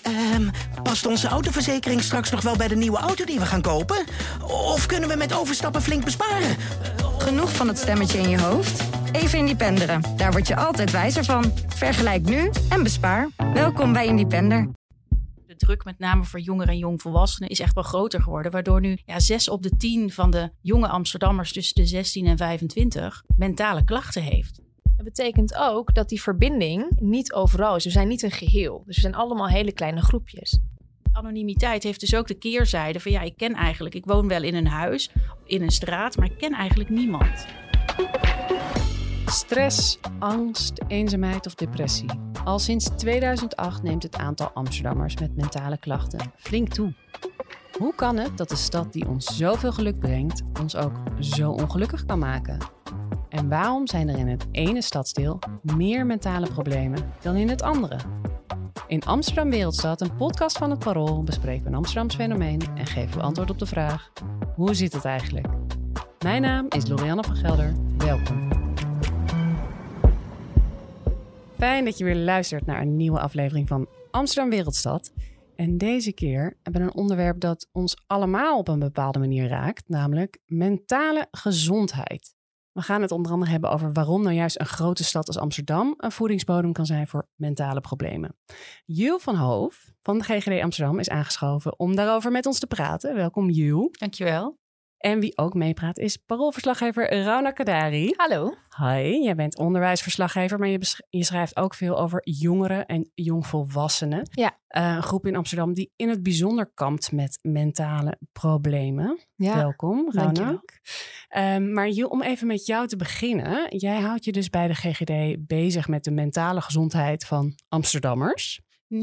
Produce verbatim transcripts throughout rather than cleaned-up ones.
Um, past onze autoverzekering straks nog wel bij de nieuwe auto die we gaan kopen? Of kunnen we met overstappen flink besparen? Genoeg van het stemmetje in je hoofd? Even Independeren. Daar word je altijd wijzer van. Vergelijk nu en bespaar. Welkom bij Independer. De druk met name voor jongeren en jongvolwassenen is echt wel groter geworden. Waardoor nu ja, zes op de tien van de jonge Amsterdammers tussen de zestien en vijfentwintig mentale klachten heeft. Dat betekent ook dat die verbinding niet overal is. We zijn niet een geheel. Dus we zijn allemaal hele kleine groepjes. Anonimiteit heeft dus ook de keerzijde van ja, ik ken eigenlijk, ik woon wel in een huis, in een straat, maar ik ken eigenlijk niemand. Stress, angst, eenzaamheid of depressie. Al sinds tweeduizend acht neemt het aantal Amsterdammers met mentale klachten flink toe. Hoe kan het dat de stad die ons zoveel geluk brengt, ons ook zo ongelukkig kan maken? En waarom zijn er in het ene stadsdeel meer mentale problemen dan in het andere? In Amsterdam Wereldstad, een podcast van het Parool, bespreken we een Amsterdams fenomeen en geven we antwoord op de vraag: hoe zit het eigenlijk? Mijn naam is Lorianne van Gelder. Welkom. Fijn dat je weer luistert naar een nieuwe aflevering van Amsterdam Wereldstad. En deze keer hebben we een onderwerp dat ons allemaal op een bepaalde manier raakt, namelijk mentale gezondheid. We gaan het onder andere hebben over waarom nou juist een grote stad als Amsterdam een voedingsbodem kan zijn voor mentale problemen. Jules van Hoof van de G G D Amsterdam is aangeschoven om daarover met ons te praten. Welkom Jules. Dankjewel. En wie ook meepraat is paroolverslaggever Rauna Kadari. Hallo. Hi, jij bent onderwijsverslaggever, maar je, besch- je schrijft ook veel over jongeren en jongvolwassenen. Ja. Uh, een groep in Amsterdam die in het bijzonder kampt met mentale problemen. Ja. Welkom, Rauna. Um, maar Jules, om even met jou te beginnen. Jij houdt je dus bij de G G D bezig met de mentale gezondheid van Amsterdammers.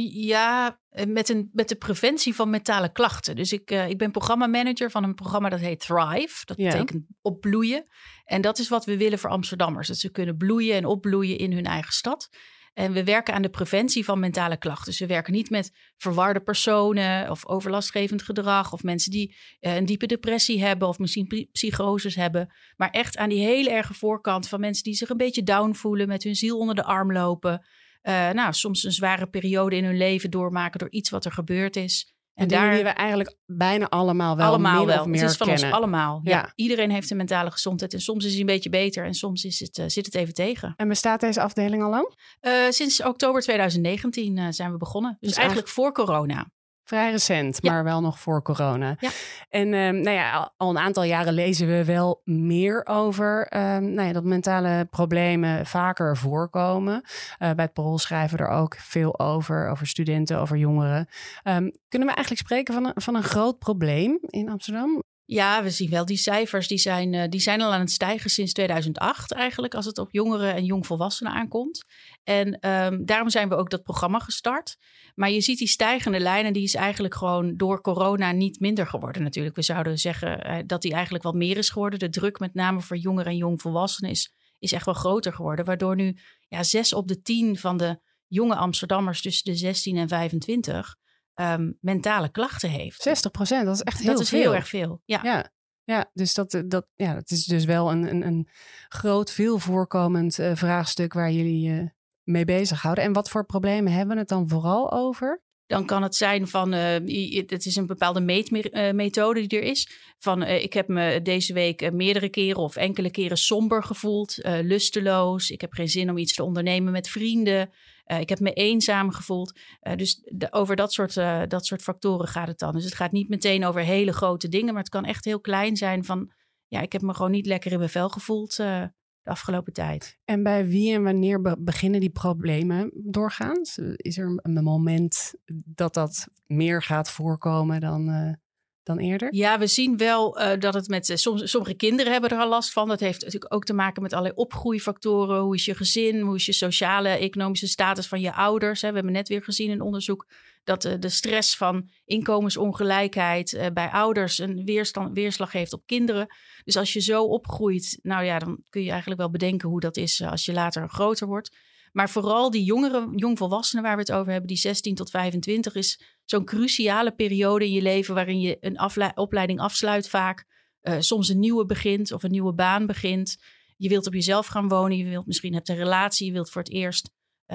Ja, met, een, met de preventie van mentale klachten. Dus ik, uh, ik ben programmamanager van een programma dat heet Thrive. Dat ja. betekent opbloeien. En dat is wat we willen voor Amsterdammers. Dat ze kunnen bloeien en opbloeien in hun eigen stad. En we werken aan de preventie van mentale klachten. Dus we werken niet met verwarde personen of overlastgevend gedrag of mensen die uh, een diepe depressie hebben of misschien psychoses hebben. Maar echt aan die hele erge voorkant van mensen die zich een beetje down voelen, met hun ziel onder de arm lopen. Uh, nou, soms een zware periode in hun leven doormaken door iets wat er gebeurd is. En, en daar die we eigenlijk bijna allemaal wel allemaal min wel. of meer Het is van kennen. ons allemaal. Ja. Ja. Iedereen heeft een mentale gezondheid. En soms is hij een beetje beter en soms is het, uh, zit het even tegen. En bestaat deze afdeling al lang? Uh, sinds oktober twintig negentien uh, zijn we begonnen. Dus, dus eigenlijk voor corona. Vrij recent, ja. maar wel nog voor corona. Ja. En um, nou ja, al een aantal jaren lezen we wel meer over um, nou ja, dat mentale problemen vaker voorkomen. Uh, bij het Parool schrijven we er ook veel over, over studenten, over jongeren. Um, kunnen we eigenlijk spreken van een, van een groot probleem in Amsterdam? Ja, we zien wel die cijfers. Die zijn, uh, die zijn al aan het stijgen sinds tweeduizend acht eigenlijk, als het op jongeren en jongvolwassenen aankomt. En um, daarom zijn we ook dat programma gestart. Maar je ziet die stijgende lijn en die is eigenlijk gewoon door corona niet minder geworden natuurlijk. We zouden zeggen uh, dat die eigenlijk wel meer is geworden. De druk met name voor jongeren en jongvolwassenen is, is echt wel groter geworden. Waardoor nu ja, zes op de tien van de jonge Amsterdammers tussen de zestien en vijfentwintig... Um, mentale klachten heeft. zestig procent, dat is echt heel veel. Dat is veel. heel erg veel, ja. Ja, ja dus dat, dat, ja, dat is dus wel een, een, een groot, veel voorkomend uh, vraagstuk waar jullie uh, mee bezighouden. En wat voor problemen hebben we het dan vooral over? Dan kan het zijn van, uh, het is een bepaalde meetmethode die er is. Van, uh, ik heb me deze week uh, meerdere keren of enkele keren somber gevoeld, uh, lusteloos. Ik heb geen zin om iets te ondernemen met vrienden. Uh, ik heb me eenzaam gevoeld. Uh, dus de, over dat soort, uh, dat soort factoren gaat het dan. Dus het gaat niet meteen over hele grote dingen, maar het kan echt heel klein zijn van, ja, ik heb me gewoon niet lekker in mijn vel gevoeld uh, de afgelopen tijd. En bij wie en wanneer be- beginnen die problemen doorgaans? Is er een moment dat dat meer gaat voorkomen dan, uh, dan eerder? Ja, we zien wel uh, dat het met... Uh, soms, sommige kinderen hebben er al last van. Dat heeft natuurlijk ook te maken met allerlei opgroeifactoren. Hoe is je gezin? Hoe is je sociale, economische status van je ouders? Hè? We hebben net weer gezien in onderzoek dat uh, de stress van inkomensongelijkheid uh, bij ouders een weerstand, weerslag heeft op kinderen. Dus als je zo opgroeit, nou ja, dan kun je eigenlijk wel bedenken hoe dat is uh, als je later groter wordt. Maar vooral die jongeren, jongvolwassenen waar we het over hebben, die zestien tot vijfentwintig, is zo'n cruciale periode in je leven waarin je een afle- opleiding afsluit vaak. Uh, soms een nieuwe begint of een nieuwe baan begint. Je wilt op jezelf gaan wonen, je wilt misschien hebt een relatie, je wilt voor het eerst uh,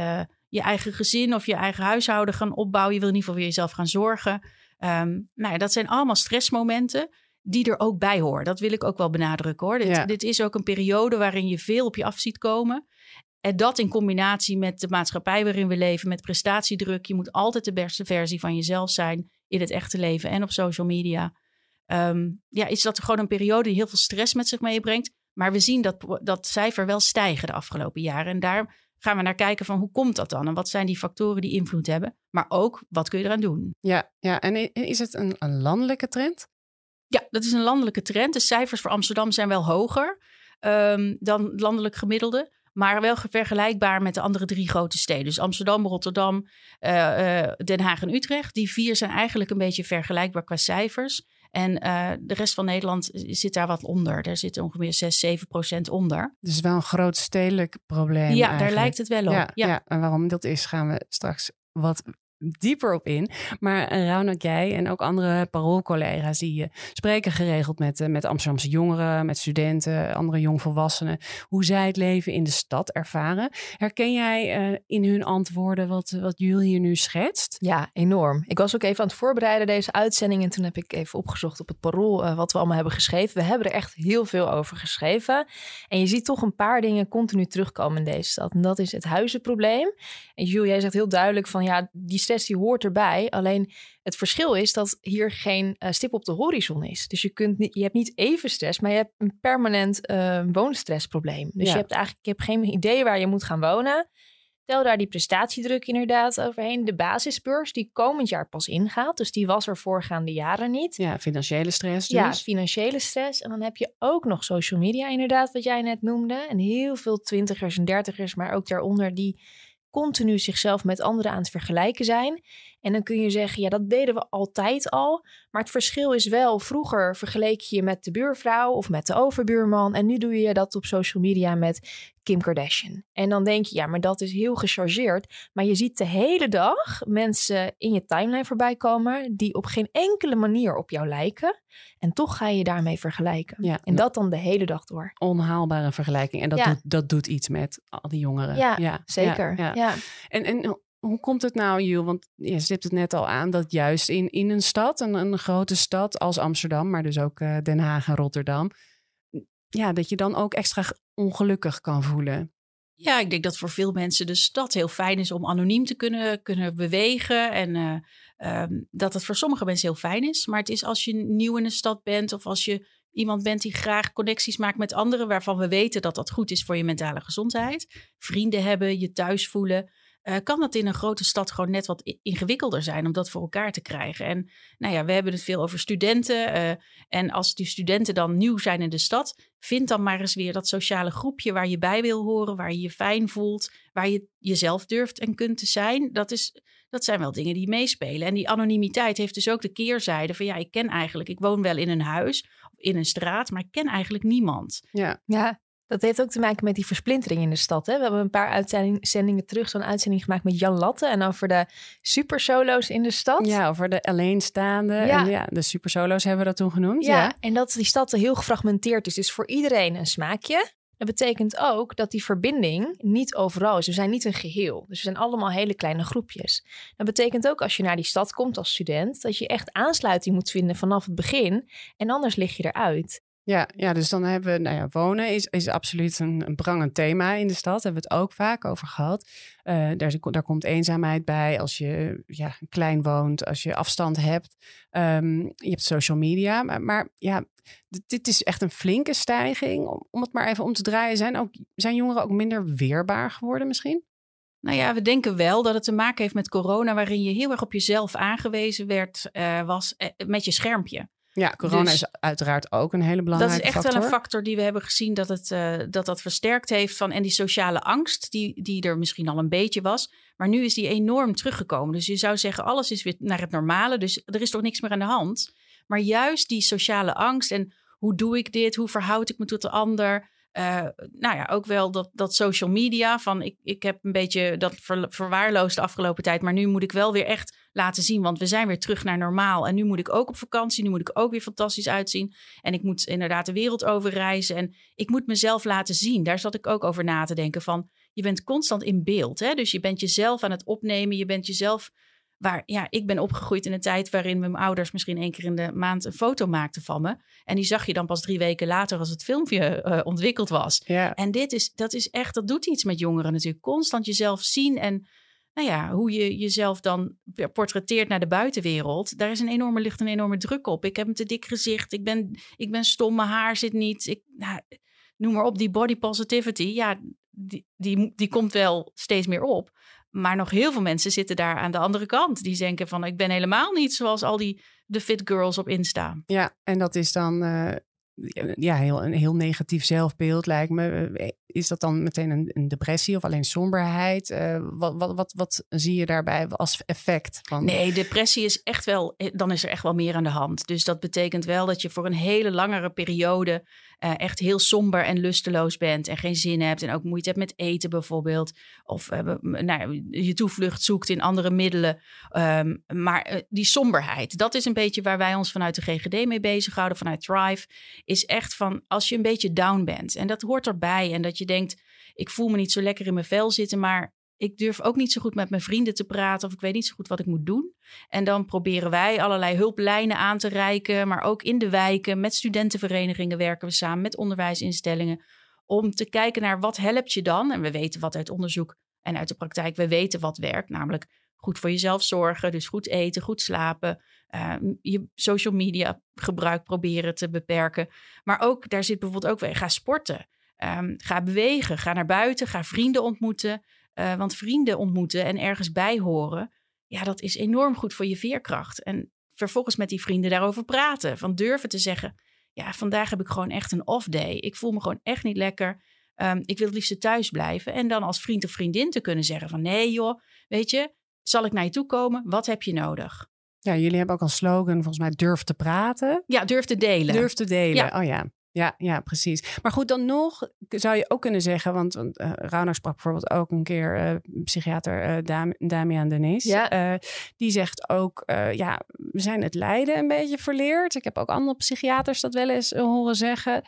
je eigen gezin of je eigen huishouden gaan opbouwen. Je wil in ieder geval voor jezelf gaan zorgen. Um, nou ja, dat zijn allemaal stressmomenten die er ook bij horen. Dat wil ik ook wel benadrukken hoor. Dit, Ja. dit is ook een periode waarin je veel op je af ziet komen. En dat in combinatie met de maatschappij waarin we leven, met prestatiedruk. Je moet altijd de beste versie van jezelf zijn in het echte leven en op social media. Um, ja, is dat gewoon een periode die heel veel stress met zich meebrengt. Maar we zien dat dat cijfer wel stijgen de afgelopen jaren. En daar gaan we naar kijken van hoe komt dat dan? En wat zijn die factoren die invloed hebben? Maar ook, wat kun je eraan doen? Ja, ja. En is het een, een landelijke trend? Ja, dat is een landelijke trend. De cijfers voor Amsterdam zijn wel hoger um, dan landelijk gemiddelde. Maar wel vergelijkbaar met de andere drie grote steden. Dus Amsterdam, Rotterdam, uh, uh, Den Haag en Utrecht. Die vier zijn eigenlijk een beetje vergelijkbaar qua cijfers. En uh, de rest van Nederland zit daar wat onder. Daar zit ongeveer zes, zeven procent onder. Dus wel een groot stedelijk probleem. Ja, eigenlijk. daar lijkt het wel op. Ja, Ja. ja, en waarom dat is, gaan we straks wat dieper op in. Maar uh, Raunak, jij en ook andere paroolcollega's die uh, spreken geregeld met, uh, met Amsterdamse jongeren, met studenten, andere jongvolwassenen, hoe zij het leven in de stad ervaren. Herken jij uh, in hun antwoorden wat, wat Jules hier nu schetst? Ja, enorm. Ik was ook even aan het voorbereiden deze uitzending en toen heb ik even opgezocht op het Parool uh, wat we allemaal hebben geschreven. We hebben er echt heel veel over geschreven. En je ziet toch een paar dingen continu terugkomen in deze stad. En dat is het huizenprobleem. En Jules, jij zegt heel duidelijk van ja, die stress die hoort erbij. Alleen het verschil is dat hier geen uh, stip op de horizon is. Dus je, kunt niet, je hebt niet even stress, maar je hebt een permanent uh, woonstressprobleem. Dus Ja. je hebt eigenlijk je hebt geen idee waar je moet gaan wonen. Tel daar die prestatiedruk inderdaad overheen. De basisbeurs die komend jaar pas ingaat. Dus die was er voorgaande jaren niet. Ja, financiële stress dus. Ja, financiële stress. En dan heb je ook nog social media inderdaad, wat jij net noemde. En heel veel twintigers en dertigers, maar ook daaronder die continu zichzelf met anderen aan het vergelijken zijn. En dan kun je zeggen, ja, dat deden we altijd al. Maar het verschil is wel, vroeger vergeleek je je met de buurvrouw of met de overbuurman. En nu doe je dat op social media met Kim Kardashian. En dan denk je, ja, maar dat is heel gechargeerd. Maar je ziet de hele dag mensen in je timeline voorbij komen die op geen enkele manier op jou lijken. En toch ga je daarmee vergelijken. Ja, en dat dan de hele dag door. Onhaalbare vergelijking. En dat, Ja. doet, dat doet iets met al die jongeren. Ja, ja zeker. Ja, ja. Ja. En, en hoe komt het nou, Jules? Want je stipt het net al aan dat juist in, in een stad, een, een grote stad als Amsterdam, maar dus ook uh, Den Haag en Rotterdam, ja, dat je dan ook extra ongelukkig kan voelen. Ja, ik denk dat voor veel mensen de stad heel fijn is om anoniem te kunnen, kunnen bewegen. En uh, um, dat het voor sommige mensen heel fijn is. Maar het is als je nieuw in een stad bent of als je iemand bent die graag connecties maakt met anderen, waarvan we weten dat dat goed is voor je mentale gezondheid. Vrienden hebben, je thuis voelen. Uh, kan dat in een grote stad gewoon net wat ingewikkelder zijn om dat voor elkaar te krijgen. En nou ja, we hebben het veel over studenten. Uh, en als die studenten dan nieuw zijn in de stad, vind dan maar eens weer dat sociale groepje waar je bij wil horen, waar je je fijn voelt, waar je jezelf durft en kunt te zijn. Dat, is, dat zijn wel dingen die meespelen. En die anonimiteit heeft dus ook de keerzijde van ja, ik ken eigenlijk, ik woon wel in een huis of in een straat, maar ik ken eigenlijk niemand. Ja. Ja. Dat heeft ook te maken met die versplintering in de stad. Hè? We hebben een paar uitzendingen terug zo'n uitzending gemaakt met Jan Latte en over de supersolo's in de stad. Ja, over de alleenstaande. Ja. En ja, de supersolo's hebben we dat toen genoemd. Ja, ja. En dat die stad heel gefragmenteerd is. Dus voor iedereen een smaakje. Dat betekent ook dat die verbinding niet overal is. We zijn niet een geheel. Dus we zijn allemaal hele kleine groepjes. Dat betekent ook als je naar die stad komt als student, dat je echt aansluiting moet vinden vanaf het begin. En anders lig je eruit. Ja, ja, dus dan hebben we, nou ja, wonen is, is absoluut een, een prangend thema in de stad. Daar hebben we het ook vaak over gehad. Uh, daar, daar komt eenzaamheid bij als je ja, klein woont, als je afstand hebt. Um, je hebt social media, maar, maar ja, d- dit is echt een flinke stijging. Om, om het maar even om te draaien, zijn, ook, zijn jongeren ook minder weerbaar geworden misschien? Nou ja, we denken wel dat het te maken heeft met corona, waarin je heel erg op jezelf aangewezen werd, uh, was uh, met je schermpje. Ja, corona dus, is uiteraard ook een hele belangrijke factor. Dat is echt factor. wel een factor die we hebben gezien dat het, uh, dat, dat versterkt heeft. Van, en die sociale angst, die, die er misschien al een beetje was. Maar nu is die enorm teruggekomen. Dus je zou zeggen, alles is weer naar het normale. Dus er is toch niks meer aan de hand. Maar juist die sociale angst en hoe doe ik dit? Hoe verhoud ik me tot de ander? Uh, nou ja, ook wel dat, dat social media. Van ik, ik heb een beetje dat ver, verwaarloosd de afgelopen tijd. Maar nu moet ik wel weer echt laten zien. Want we zijn weer terug naar normaal. En nu moet ik ook op vakantie. Nu moet ik ook weer fantastisch uitzien. En ik moet inderdaad de wereld over reizen. En ik moet mezelf laten zien. Daar zat ik ook over na te denken van. je bent constant in beeld. Hè? Dus je bent jezelf aan het opnemen. Je bent jezelf... Waar, ja, ik ben opgegroeid in een tijd waarin mijn ouders misschien één keer in de maand een foto maakten van me. En die zag je dan pas drie weken later als het filmpje uh, ontwikkeld was. Ja. En dit is, dat is echt, dat doet iets met jongeren natuurlijk. Constant jezelf zien en nou ja, hoe je jezelf dan portretteert naar de buitenwereld. Daar is een enorme, ligt een enorme druk op. Ik heb een te dik gezicht. Ik ben, ik ben stom, mijn haar zit niet. Ik, nou, noem maar op, die body positivity. Ja, die, die, die komt wel steeds meer op. Maar nog heel veel mensen zitten daar aan de andere kant. Die denken van, ik ben helemaal niet zoals al die de fit girls op Insta. Ja, en dat is dan uh, ja, heel, een heel negatief zelfbeeld lijkt me. Is dat dan meteen een, een depressie of alleen somberheid? Uh, wat, wat, wat, wat zie je daarbij als effect? Van... Nee, depressie is echt wel, dan is er echt wel meer aan de hand. Dus dat betekent wel dat je voor een hele langere periode uh, echt heel somber en lusteloos bent en geen zin hebt en ook moeite hebt met eten bijvoorbeeld. Of uh, nou, je toevlucht zoekt in andere middelen. Um, maar uh, die somberheid, dat is een beetje waar wij ons vanuit de G G D mee bezighouden, vanuit Thrive, is echt van als je een beetje down bent. En dat hoort erbij en dat je denkt, ik voel me niet zo lekker in mijn vel zitten, maar ik durf ook niet zo goed met mijn vrienden te praten of ik weet niet zo goed wat ik moet doen. En dan proberen wij allerlei hulplijnen aan te reiken, maar ook in de wijken, met studentenverenigingen werken we samen, met onderwijsinstellingen, om te kijken naar wat helpt je dan. En we weten wat uit onderzoek en uit de praktijk, we weten wat werkt, namelijk goed voor jezelf zorgen, dus goed eten, goed slapen, uh, je social media gebruik proberen te beperken. Maar ook, daar zit bijvoorbeeld ook weer, ga sporten. Um, ga bewegen, ga naar buiten, ga vrienden ontmoeten. Uh, want vrienden ontmoeten en ergens bij horen, ja, dat is enorm goed voor je veerkracht. En vervolgens met die vrienden daarover praten. Van durven te zeggen, ja, vandaag heb ik gewoon echt een off day. Ik voel me gewoon echt niet lekker. Um, ik wil het liefst thuis blijven. En dan als vriend of vriendin te kunnen zeggen van, nee joh, weet je, zal ik naar je toe komen? Wat heb je nodig? Ja, jullie hebben ook een slogan, volgens mij, durf te praten. Ja, durf te delen. Durf te delen, ja. Oh ja. Ja, ja, precies. Maar goed, dan nog zou je ook kunnen zeggen, want, want uh, Rauner sprak bijvoorbeeld ook een keer, uh, psychiater uh, Dam- Damian Denis. Ja. Uh, die zegt ook, uh, ja, we zijn het lijden een beetje verleerd. Ik heb ook andere psychiaters dat wel eens uh, horen zeggen.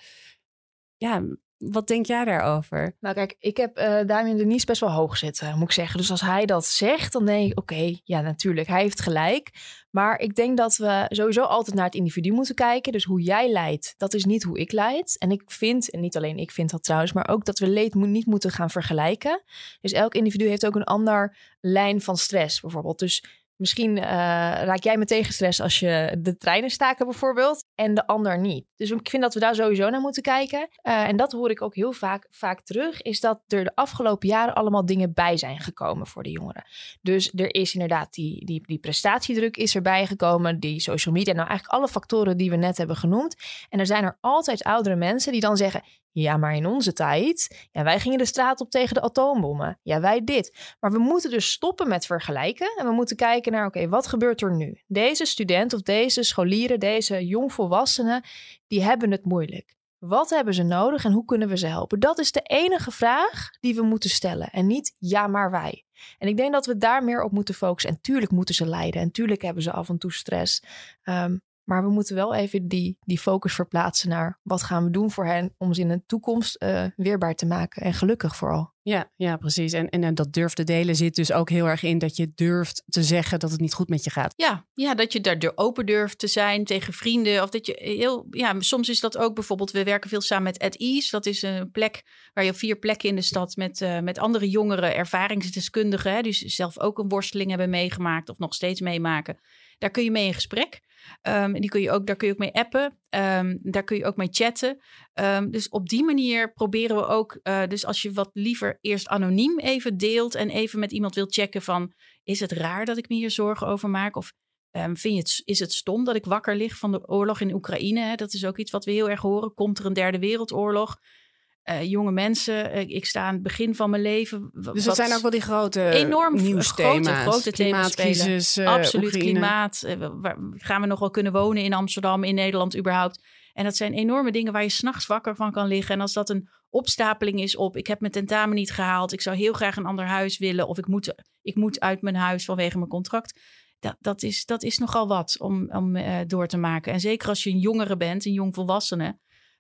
Ja, wat denk jij daarover? Nou kijk, ik heb uh, Damian Denis best wel hoog zitten, moet ik zeggen. Dus als hij dat zegt, dan denk ik, oké, okay, ja natuurlijk, hij heeft gelijk. Maar ik denk dat we sowieso altijd naar het individu moeten kijken. Dus hoe jij lijdt, dat is niet hoe ik lijd. En ik vind, en niet alleen ik vind dat trouwens, maar ook dat we leed mo- niet moeten gaan vergelijken. Dus elk individu heeft ook een ander lijn van stress bijvoorbeeld. Dus misschien uh, raak jij meteen gestrest als je de treinen staken bijvoorbeeld en de ander niet. Dus ik vind dat we daar sowieso naar moeten kijken. Uh, en dat hoor ik ook heel vaak, vaak terug, is dat er de afgelopen jaren allemaal dingen bij zijn gekomen voor de jongeren. Dus er is inderdaad die, die, die prestatiedruk is erbij gekomen, die social media, nou eigenlijk alle factoren die we net hebben genoemd. En er zijn er altijd oudere mensen die dan zeggen, ja, maar in onze tijd, ja, wij gingen de straat op tegen de atoombommen. Ja, wij dit. Maar we moeten dus stoppen met vergelijken en we moeten kijken naar, oké, okay, wat gebeurt er nu? Deze student of deze scholieren, deze jongvolwassenen, die hebben het moeilijk. Wat hebben ze nodig en hoe kunnen we ze helpen? Dat is de enige vraag die we moeten stellen en niet ja, maar wij. En ik denk dat we daar meer op moeten focussen. En tuurlijk moeten ze lijden en tuurlijk hebben ze af en toe stress. Um, Maar we moeten wel even die, die focus verplaatsen naar wat gaan we doen voor hen om ze in de toekomst uh, weerbaar te maken en gelukkig vooral. Ja, ja, precies. En, en dat durf te delen zit dus ook heel erg in dat je durft te zeggen dat het niet goed met je gaat. Ja, ja, dat je daar open durft te zijn tegen vrienden. Of dat je heel, ja, soms is dat ook bijvoorbeeld, we werken veel samen met At Ease. Dat is een plek waar je op vier plekken in de stad met, uh, met andere jongeren, ervaringsdeskundigen, hè, die zelf ook een worsteling hebben meegemaakt of nog steeds meemaken. Daar kun je mee in gesprek. Um, en die kun je ook, daar kun je ook mee appen. Um, daar kun je ook mee chatten. Um, dus op die manier proberen we ook. Uh, dus als je wat liever eerst anoniem even deelt en even met iemand wil checken van, is het raar dat ik me hier zorgen over maak? Of um, vind je het, is het stom dat ik wakker lig van de oorlog in Oekraïne? Hè? Dat is ook iets wat we heel erg horen. Komt er een derde wereldoorlog? Uh, jonge mensen, uh, ik sta aan het begin van mijn leven. W- dus dat zijn ook wel die grote enorm nieuwsthema's. Grote, grote thema's spelen. Uh, Absoluut, Oekraïne. klimaat. Uh, waar, gaan we nog wel kunnen wonen in Amsterdam, in Nederland überhaupt? En dat zijn enorme dingen waar je 's nachts wakker van kan liggen. En als dat een opstapeling is op, ik heb mijn tentamen niet gehaald, ik zou heel graag een ander huis willen, of ik moet, ik moet uit mijn huis vanwege mijn contract. Dat, dat, is, dat is nogal wat om, om uh, door te maken. En zeker als je een jongere bent, een jong volwassene.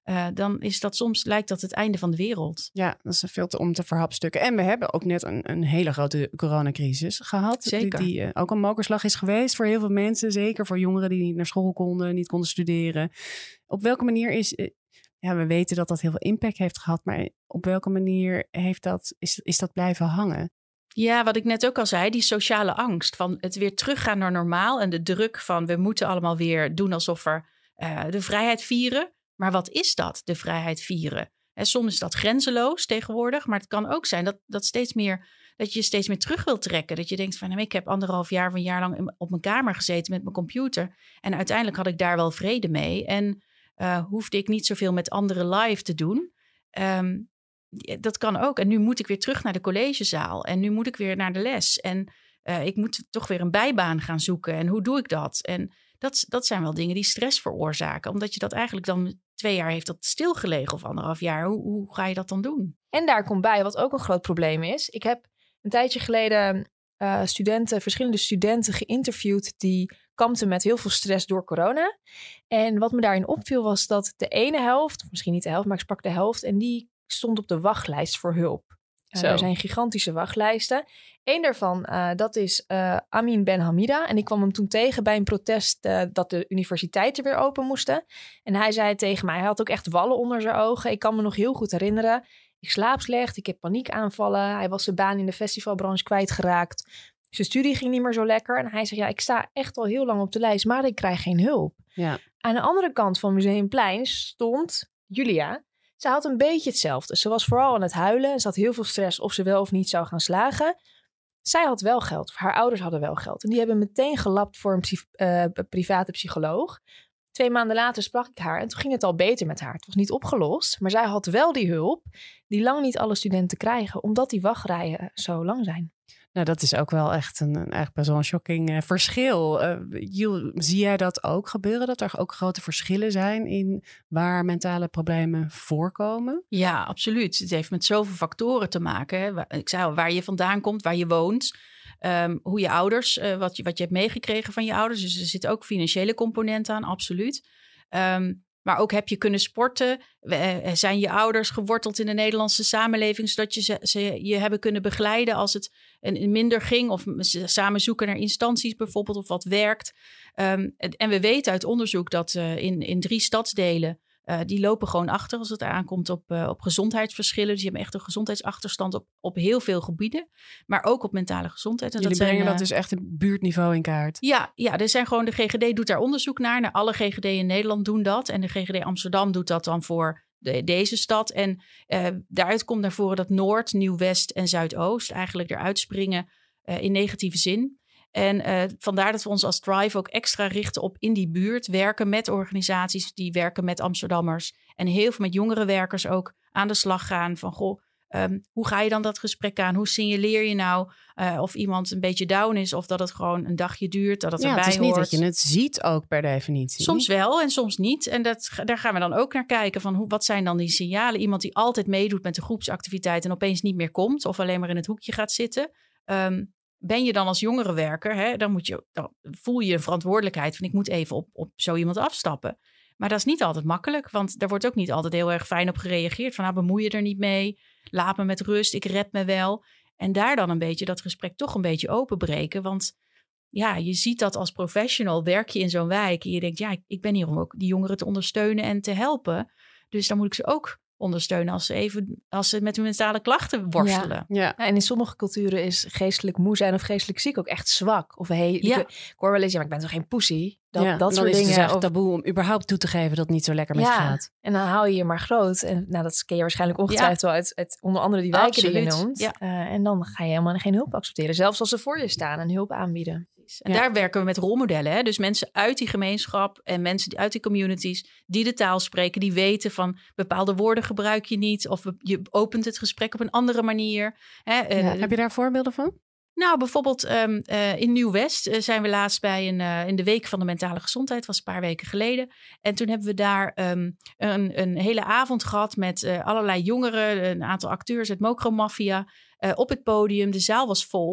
Uh, dan is dat soms, lijkt dat het einde van de wereld. Ja, dat is veel te, om te verhapstukken. En we hebben ook net een, een hele grote coronacrisis gehad. Zeker. Die, die uh, ook een mokerslag is geweest voor heel veel mensen. Zeker voor jongeren die niet naar school konden, niet konden studeren. Op welke manier is... Uh, ja, we weten dat dat heel veel impact heeft gehad. Maar op welke manier heeft dat, is, is dat blijven hangen? Ja, wat ik net ook al zei, die sociale angst van het weer teruggaan naar normaal. En de druk van we moeten allemaal weer doen alsof we uh, de vrijheid vieren. Maar wat is dat, de vrijheid vieren? En soms is dat grenzeloos tegenwoordig. Maar het kan ook zijn dat, dat, steeds meer, dat je je steeds meer terug wilt trekken. Dat je denkt van ik heb anderhalf jaar of een jaar lang op mijn kamer gezeten met mijn computer. En uiteindelijk had ik daar wel vrede mee. En uh, hoefde ik niet zoveel met anderen live te doen. Um, dat kan ook. En nu moet ik weer terug naar de collegezaal. En nu moet ik weer naar de les. En uh, ik moet toch weer een bijbaan gaan zoeken. En hoe doe ik dat? En dat, dat zijn wel dingen die stress veroorzaken. Omdat je dat eigenlijk dan twee jaar heeft dat stilgelegen of anderhalf jaar. Hoe, hoe ga je dat dan doen? En daar komt bij, wat ook een groot probleem is. Ik heb een tijdje geleden uh, studenten, verschillende studenten geïnterviewd die kampten met heel veel stress door corona. En wat me daarin opviel was dat de ene helft, misschien niet de helft, maar ik sprak de helft, en die stond op de wachtlijst voor hulp. Uh, er zijn gigantische wachtlijsten. Eén daarvan, uh, dat is uh, Amin Ben Hamida. En ik kwam hem toen tegen bij een protest uh, dat de universiteiten weer open moesten. En hij zei tegen mij, hij had ook echt wallen onder zijn ogen. Ik kan me nog heel goed herinneren. Ik slaap slecht, ik heb paniekaanvallen. Hij was zijn baan in de festivalbranche kwijtgeraakt. Zijn studie ging niet meer zo lekker. En hij zegt, ja, ik sta echt al heel lang op de lijst, maar ik krijg geen hulp. Ja. Aan de andere kant van Museumplein stond Julia. Ze had een beetje hetzelfde. Ze was vooral aan het huilen. Ze had heel veel stress of ze wel of niet zou gaan slagen. Zij had wel geld. Of haar ouders hadden wel geld. En die hebben meteen gelapt voor een psych- uh, private psycholoog. Twee maanden later sprak ik haar. En toen ging het al beter met haar. Het was niet opgelost. Maar zij had wel die hulp die lang niet alle studenten krijgen. Omdat die wachtrijen zo lang zijn. Nou, dat is ook wel echt een, een eigenlijk best wel een shocking uh, verschil. Uh, Jill, zie jij dat ook gebeuren? Dat er ook grote verschillen zijn in waar mentale problemen voorkomen? Ja, absoluut. Het heeft met zoveel factoren te maken. Hè. Ik zei al, waar je vandaan komt, waar je woont. Um, hoe je ouders, uh, wat, je, wat je hebt meegekregen van je ouders. Dus er zit ook financiële componenten aan, absoluut. Um, Maar ook heb je kunnen sporten? Zijn je ouders geworteld in de Nederlandse samenleving, zodat je ze, ze je hebben kunnen begeleiden als het minder ging? Of samen zoeken naar instanties bijvoorbeeld, of wat werkt. Um, en we weten uit onderzoek dat uh, in, in drie stadsdelen, uh, die lopen gewoon achter als het aankomt op, uh, op gezondheidsverschillen. Dus die hebben echt een gezondheidsachterstand op, op heel veel gebieden. Maar ook op mentale gezondheid. En Jullie dat brengen zijn, uh, dat dus echt op buurtniveau in kaart? Ja, ja, er zijn gewoon, de G G D doet daar onderzoek naar. Nou, alle G G D in Nederland doen dat. En de G G D Amsterdam doet dat dan voor de, deze stad. En uh, daaruit komt naar voren dat Noord, Nieuw-West en Zuidoost eigenlijk eruit springen uh, in negatieve zin. En uh, vandaar dat we ons als Thrive ook extra richten op in die buurt. Werken met organisaties die werken met Amsterdammers. En heel veel met jongere werkers ook aan de slag gaan van goh, Um, hoe ga je dan dat gesprek aan? Hoe signaleer je nou uh, of iemand een beetje down is, of dat het gewoon een dagje duurt, dat het ja, erbij hoort? Het is niet hoort. dat je het ziet ook per definitie. Soms wel en soms niet. En dat, daar gaan we dan ook naar kijken van hoe, wat zijn dan die signalen? Iemand die altijd meedoet met de groepsactiviteit en opeens niet meer komt of alleen maar in het hoekje gaat zitten. Um, ben je dan als jongerenwerker, hè, dan, moet je, dan voel je een verantwoordelijkheid van ik moet even op, op zo iemand afstappen. Maar dat is niet altijd makkelijk, want daar wordt ook niet altijd heel erg fijn op gereageerd. Van nou, bemoei je er niet mee, laat me met rust, ik red me wel. En daar dan een beetje dat gesprek toch een beetje openbreken. Want ja, je ziet dat als professional, werk je in zo'n wijk en je denkt, ja, ik ben hier om ook die jongeren te ondersteunen en te helpen. Dus dan moet ik ze ook ondersteunen als ze even als ze met hun mentale klachten worstelen. Ja. Ja. En in sommige culturen is geestelijk moe zijn of geestelijk ziek ook echt zwak. Of hey, ja. ik, ik hoor wel eens, ja, maar ik ben toch geen pussy. Dat, ja, dat dan soort is dingen. Het dus of taboe om überhaupt toe te geven dat het niet zo lekker met ja, je gaat. En dan hou je je maar groot. En nou, dat ken je waarschijnlijk ongetwijfeld wel ja. uit, uit onder andere die wijken Absoluut. Die je noemt. Ja. Uh, en dan ga je helemaal geen hulp accepteren. Zelfs als ze voor je staan en hulp aanbieden. En ja. daar werken we met rolmodellen. Hè? Dus mensen uit die gemeenschap en mensen uit die communities die de taal spreken, die weten van bepaalde woorden gebruik je niet of je opent het gesprek op een andere manier. Hè? Ja. Uh, Heb je daar voorbeelden van? Nou, bijvoorbeeld um, uh, in Nieuw-West uh, zijn we laatst bij een, uh, in de Week van de Mentale Gezondheid, was een paar weken geleden. En toen hebben we daar um, een, een hele avond gehad met uh, allerlei jongeren, een aantal acteurs uit Mokro Mafia uh, op het podium. De zaal was vol.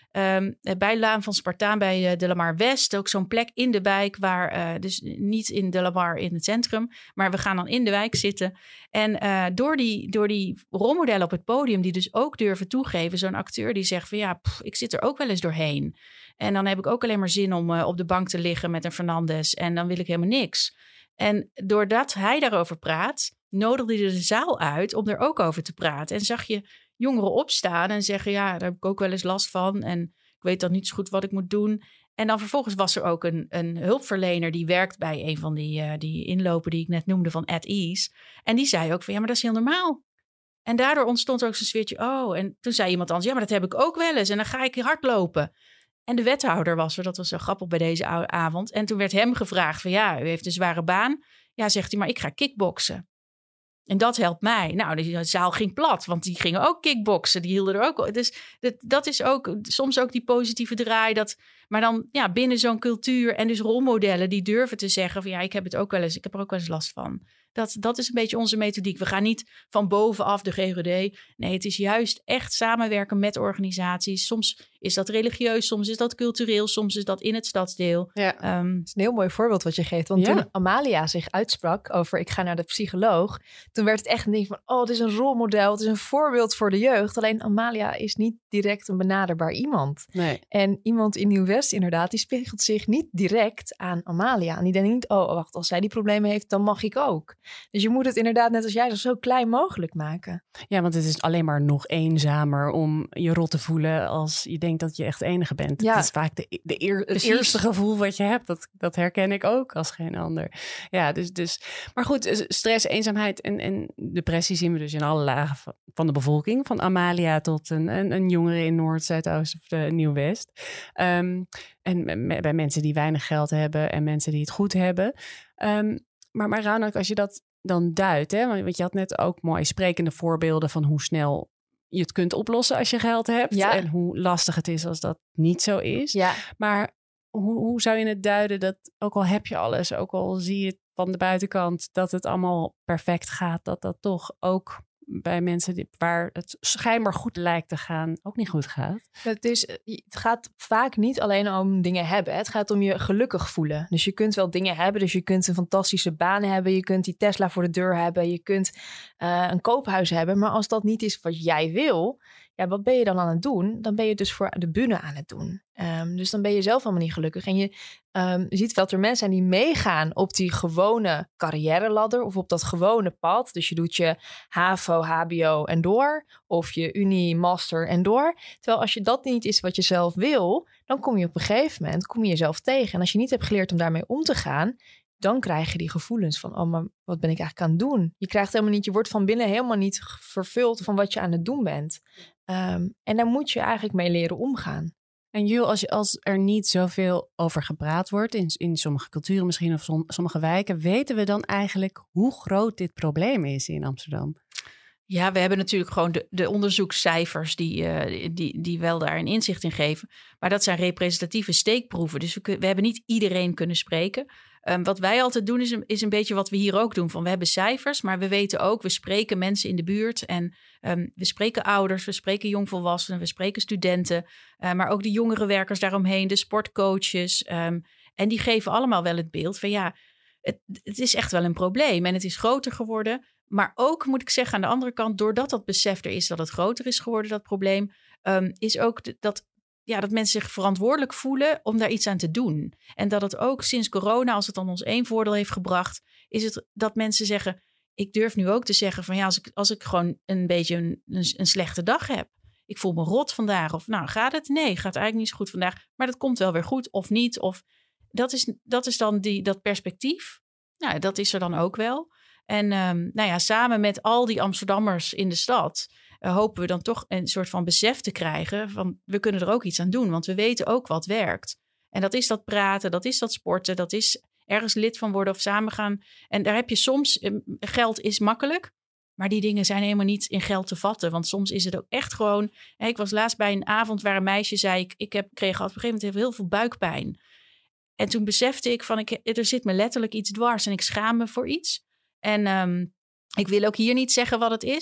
Um, bij Laan van Spartaan, bij uh, De Lamar West. Ook zo'n plek in de wijk waar, uh, dus niet in De Lamar in het centrum, maar we gaan dan in de wijk zitten. En uh, door die, door die rolmodellen op het podium, die dus ook durven toegeven, zo'n acteur die zegt van ja, pff, ik zit er ook wel eens doorheen. En dan heb ik ook alleen maar zin om uh, op de bank te liggen met een Fernandes en dan wil ik helemaal niks. En doordat hij daarover praat, nodigde hij de zaal uit om er ook over te praten. En zag je jongeren opstaan en zeggen, ja, daar heb ik ook wel eens last van. En ik weet dan niet zo goed wat ik moet doen. En dan vervolgens was er ook een, een hulpverlener die werkt bij een van die, uh, die inlopen die ik net noemde van At Ease. En die zei ook van, ja, maar dat is heel normaal. En daardoor ontstond ook zo'n sfeertje, oh, en toen zei iemand anders, ja, maar dat heb ik ook wel eens. En dan ga ik hardlopen. En de wethouder was er, dat was zo grappig bij deze avond. En toen werd hem gevraagd van, ja, u heeft een zware baan. Ja, zegt hij, maar ik ga kickboksen. En dat helpt mij. Nou, de zaal ging plat, want die gingen ook kickboksen. Die hielden er ook. Dus dat, dat is ook soms ook die positieve draai. Dat, maar dan ja, binnen zo'n cultuur en dus rolmodellen die durven te zeggen van ja, ik heb het ook wel eens, ik heb er ook wel eens last van. Dat, dat is een beetje onze methodiek. We gaan niet van bovenaf de G R D. Nee, het is juist echt samenwerken met organisaties. Soms is dat religieus, soms is dat cultureel, soms is dat in het stadsdeel. Ja, um, het is een heel mooi voorbeeld wat je geeft. Want ja. toen Amalia zich uitsprak over ik ga naar de psycholoog, toen werd het echt een ding van oh, het is een rolmodel, het is een voorbeeld voor de jeugd. Alleen Amalia is niet direct een benaderbaar iemand. Nee. En iemand in Nieuw-West inderdaad, die spiegelt zich niet direct aan Amalia. En die denkt niet, oh wacht, als zij die problemen heeft, dan mag ik ook. Dus je moet het inderdaad, net als jij, zo klein mogelijk maken. Ja, want het is alleen maar nog eenzamer om je rot te voelen als je denkt dat je echt de enige bent. Ja. Het is vaak de, de eer, het eerste gevoel wat je hebt. Dat, dat herken ik ook als geen ander. Ja, dus, dus, maar goed, stress, eenzaamheid en, en depressie zien we dus in alle lagen van, van de bevolking. Van Amalia tot een, een, een jongere in Noord, Zuidoost of de Nieuw-West. Um, en me, bij mensen die weinig geld hebben en mensen die het goed hebben. Um, maar, maar Raunak, als je dat dan duidt, hè? Want je had net ook mooi sprekende voorbeelden van hoe snel je het kunt oplossen als je geld hebt. Ja. En hoe lastig het is als dat niet zo is. Ja. Maar hoe, hoe zou je het duiden dat ook al heb je alles, ook al zie je het van de buitenkant dat het allemaal perfect gaat, dat dat toch ook bij mensen die, waar het schijnbaar goed lijkt te gaan, ook niet goed gaat? Het, is, het gaat vaak niet alleen om dingen hebben. Het gaat om je gelukkig voelen. Dus je kunt wel dingen hebben. Dus je kunt een fantastische baan hebben. Je kunt die Tesla voor de deur hebben. Je kunt uh, een koophuis hebben. Maar als dat niet is wat jij wil, ja, wat ben je dan aan het doen? Dan ben je dus voor de bühne aan het doen. Um, dus dan ben je zelf helemaal niet gelukkig. En je um, ziet wel dat er mensen zijn die meegaan op die gewone carrière-ladder of op dat gewone pad. Dus je doet je HAVO, H B O en door. Of je Unie, Master en door. Terwijl als je dat niet is wat je zelf wil, dan kom je op een gegeven moment kom je jezelf tegen. En als je niet hebt geleerd om daarmee om te gaan, dan krijg je die gevoelens van, oh, maar wat ben ik eigenlijk aan het doen? Je krijgt helemaal niet, je wordt van binnen helemaal niet vervuld van wat je aan het doen bent. Um, en daar moet je eigenlijk mee leren omgaan. En Jul, als, je, als er niet zoveel over gepraat wordt, in, in sommige culturen misschien of som, sommige wijken, weten we dan eigenlijk hoe groot dit probleem is in Amsterdam? Ja, we hebben natuurlijk gewoon de, de onderzoekscijfers die, uh, die, die wel daar een inzicht in geven. Maar dat zijn representatieve steekproeven. Dus we, we hebben niet iedereen kunnen spreken. Um, wat wij altijd doen is een, is een beetje wat we hier ook doen. Van we hebben cijfers, maar we weten ook, we spreken mensen in de buurt. En um, we spreken ouders, we spreken jongvolwassenen, we spreken studenten. Uh, maar ook de jongere werkers daaromheen, de sportcoaches. Um, en die geven allemaal wel het beeld van ja, het, het is echt wel een probleem. En het is groter geworden. Maar ook, moet ik zeggen, aan de andere kant, doordat dat besef er is dat het groter is geworden, dat probleem, um, is ook de, dat, ja, dat mensen zich verantwoordelijk voelen om daar iets aan te doen. En dat het ook sinds corona, als het dan ons één voordeel heeft gebracht, is het dat mensen zeggen, ik durf nu ook te zeggen van ja, als ik, als ik gewoon een beetje een, een, een slechte dag heb. Ik voel me rot vandaag. Of nou, gaat het? Nee, gaat eigenlijk niet zo goed vandaag. Maar dat komt wel weer goed of niet. Of dat is, dat is dan die, dat perspectief. Nou, dat is er dan ook wel. En um, nou ja, samen met al die Amsterdammers in de stad uh, hopen we dan toch een soort van besef te krijgen van we kunnen er ook iets aan doen, want we weten ook wat werkt. En dat is dat praten, dat is dat sporten, dat is ergens lid van worden of samen gaan. En daar heb je soms, um, geld is makkelijk, maar die dingen zijn helemaal niet in geld te vatten. Want soms is het ook echt gewoon, hè, ik was laatst bij een avond waar een meisje zei, ik, ik heb, kreeg op een gegeven moment heel veel buikpijn. En toen besefte ik van, ik, er zit me letterlijk iets dwars en ik schaam me voor iets. En um, ik wil ook hier niet zeggen wat het is.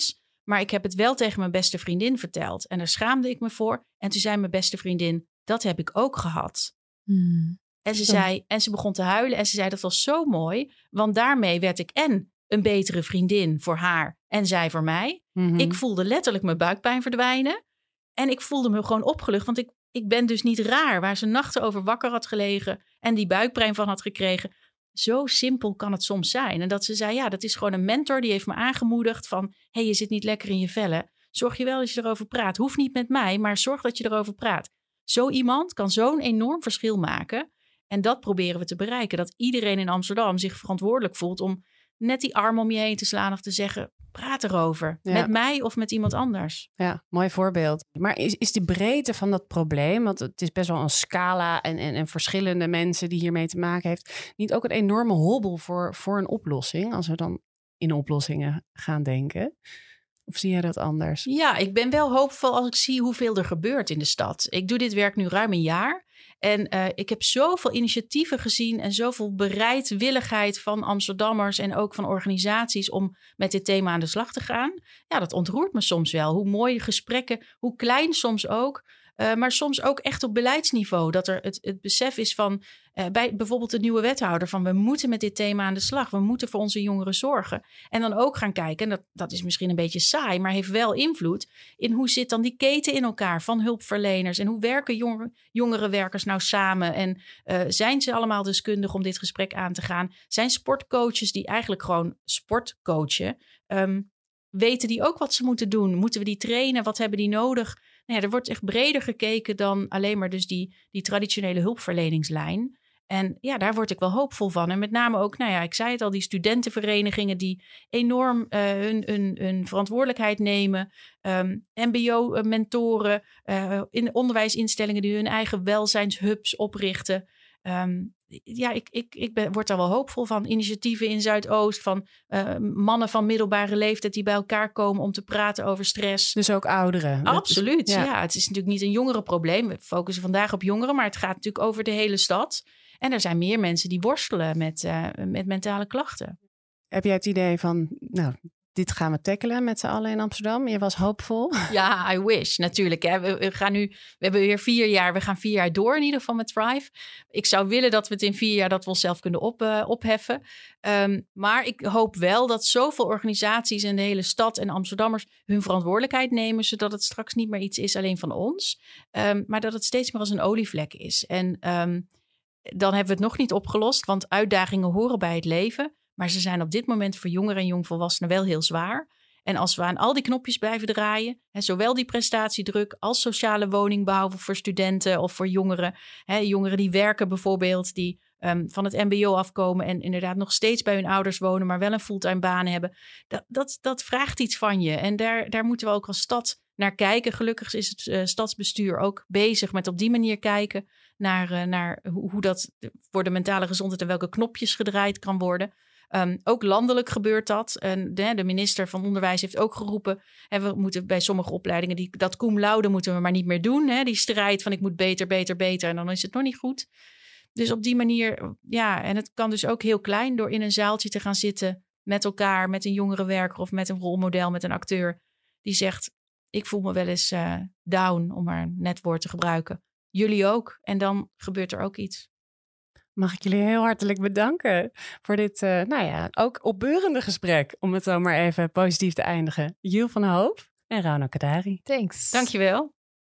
Maar ik heb het wel tegen mijn beste vriendin verteld. En daar schaamde ik me voor. En toen zei mijn beste vriendin, dat heb ik ook gehad. Hmm. En ze, zei, en ze begon te huilen en ze zei, dat was zo mooi. Want daarmee werd ik en een betere vriendin voor haar en zij voor mij. Mm-hmm. Ik voelde letterlijk mijn buikpijn verdwijnen. En ik voelde me gewoon opgelucht. Want ik, ik ben dus niet raar. Waar ze nachten over wakker had gelegen en die buikpijn van had gekregen. Zo simpel kan het soms zijn. En dat ze zei, ja, dat is gewoon een mentor. Die heeft me aangemoedigd van, hé, hey, je zit niet lekker in je vellen. Zorg je wel dat je erover praat. Hoeft niet met mij, maar zorg dat je erover praat. Zo iemand kan zo'n enorm verschil maken. En dat proberen we te bereiken. Dat iedereen in Amsterdam zich verantwoordelijk voelt om net die arm om je heen te slaan of te zeggen, praat erover. Ja. Met mij of met iemand anders. Ja, mooi voorbeeld. Maar is, is die breedte van dat probleem, want het is best wel een scala en, en, en verschillende mensen die hiermee te maken heeft, niet ook een enorme hobbel voor, voor een oplossing, als we dan in oplossingen gaan denken? Of zie jij dat anders? Ja, ik ben wel hoopvol als ik zie hoeveel er gebeurt in de stad. Ik doe dit werk nu ruim een jaar. En uh, ik heb zoveel initiatieven gezien en zoveel bereidwilligheid van Amsterdammers en ook van organisaties om met dit thema aan de slag te gaan. Ja, dat ontroert me soms wel. Hoe mooi de gesprekken, hoe klein soms ook. Uh, maar soms ook echt op beleidsniveau. Dat er het, het besef is van uh, bij bijvoorbeeld de nieuwe wethouder van we moeten met dit thema aan de slag. We moeten voor onze jongeren zorgen. En dan ook gaan kijken, en dat, dat is misschien een beetje saai, maar heeft wel invloed in hoe zit dan die keten in elkaar van hulpverleners. En hoe werken jongere, jongere werkers nou samen? En uh, zijn ze allemaal deskundig om dit gesprek aan te gaan? Zijn sportcoaches die eigenlijk gewoon sport coachen? Um, weten die ook wat ze moeten doen? Moeten we die trainen? Wat hebben die nodig? Nou ja, er wordt echt breder gekeken dan alleen maar dus die, die traditionele hulpverleningslijn. En ja, daar word ik wel hoopvol van. En met name ook, nou ja, ik zei het al, die studentenverenigingen die enorm uh, hun, hun, hun verantwoordelijkheid nemen. Um, M B O-mentoren, uh, in onderwijsinstellingen die hun eigen welzijnshubs oprichten. Um, ja, ik, ik, ik ben, word daar wel hoopvol van. Initiatieven in Zuidoost van uh, mannen van middelbare leeftijd die bij elkaar komen om te praten over stress. Dus ook ouderen. Absoluut, is, ja. ja. Het is natuurlijk niet een jongerenprobleem. We focussen vandaag op jongeren, maar het gaat natuurlijk over de hele stad. En er zijn meer mensen die worstelen met, uh, met mentale klachten. Heb jij het idee van, nou, dit gaan we tackelen met z'n allen in Amsterdam? Je was hoopvol. Ja, I wish, natuurlijk. Hè. We, we gaan nu, we hebben weer vier jaar, we gaan vier jaar door in ieder geval met Thrive. Ik zou willen dat we het in vier jaar, dat we onszelf kunnen op, uh, opheffen. Um, maar ik hoop wel dat zoveel organisaties in de hele stad en Amsterdammers hun verantwoordelijkheid nemen, zodat het straks niet meer iets is alleen van ons. Um, maar dat het steeds meer als een olievlek is. En um, dan hebben we het nog niet opgelost, want uitdagingen horen bij het leven. Maar ze zijn op dit moment voor jongeren en jongvolwassenen wel heel zwaar. En als we aan al die knopjes blijven draaien, hè, zowel die prestatiedruk als sociale woningbouw voor studenten of voor jongeren. Hè, jongeren die werken bijvoorbeeld, die um, van het M B O afkomen en inderdaad nog steeds bij hun ouders wonen, maar wel een fulltime baan hebben. Dat, dat, dat vraagt iets van je. En daar, daar moeten we ook als stad naar kijken. Gelukkig is het uh, stadsbestuur ook bezig met op die manier kijken naar, uh, naar hoe, hoe dat voor de mentale gezondheid en welke knopjes gedraaid kan worden. Um, ook landelijk gebeurt dat. En de, de minister van Onderwijs heeft ook geroepen, hè, we moeten bij sommige opleidingen die, dat cum laude moeten we maar niet meer doen. Hè, die strijd van ik moet beter, beter, beter en dan is het nog niet goed. Dus op die manier, ja, en het kan dus ook heel klein door in een zaaltje te gaan zitten met elkaar, met een jongere werker of met een rolmodel, met een acteur die zegt, ik voel me wel eens uh, down, om maar een net woord te gebruiken. Jullie ook. En dan gebeurt er ook iets. Mag ik jullie heel hartelijk bedanken voor dit, uh, nou ja, ook opbeurende gesprek. Om het zo maar even positief te eindigen. Jules van der Hoop en Rauno Kadari. Thanks. Dankjewel.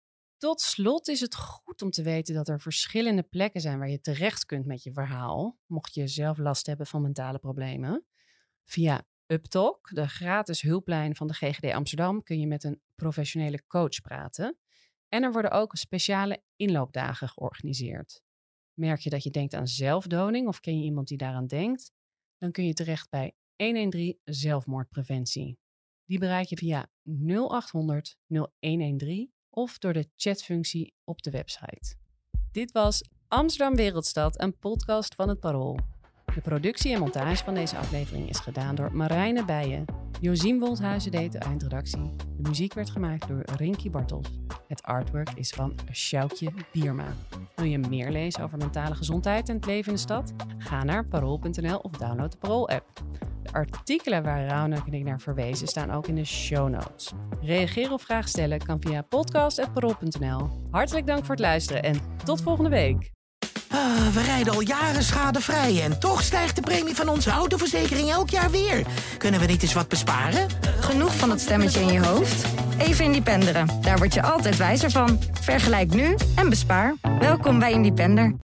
Tot slot is het goed om te weten dat er verschillende plekken zijn waar je terecht kunt met je verhaal. Mocht je zelf last hebben van mentale problemen. Via UpTalk, de gratis hulplijn van de G G D Amsterdam, kun je met een professionele coach praten. En er worden ook speciale inloopdagen georganiseerd. Merk je dat je denkt aan zelfdoding of ken je iemand die daaraan denkt? Dan kun je terecht bij honderddertien zelfmoordpreventie. Die bereik je via nul acht honderd nul honderddertien of door de chatfunctie op de website. Dit was Amsterdam Wereldstad, een podcast van het Parool. De productie en montage van deze aflevering is gedaan door Marijne Bijen. Josien Woldhuizen deed de eindredactie. De muziek werd gemaakt door Rinky Bartels. Het artwork is van Sjoukje Bierma. Wil je meer lezen over mentale gezondheid en het leven in de stad? Ga naar parool punt n l of download de Parool-app. De artikelen waar Rauwnak en ik naar verwezen staan ook in de show notes. Reageren of vragen stellen kan via podcast punt parool punt n l. Hartelijk dank voor het luisteren en tot volgende week. Ah, we rijden al jaren schadevrij en toch stijgt de premie van onze autoverzekering elk jaar weer. Kunnen we niet eens wat besparen? Genoeg van dat stemmetje in je hoofd? Even Independeren. Daar word je altijd wijzer van. Vergelijk nu en bespaar. Welkom bij Independer.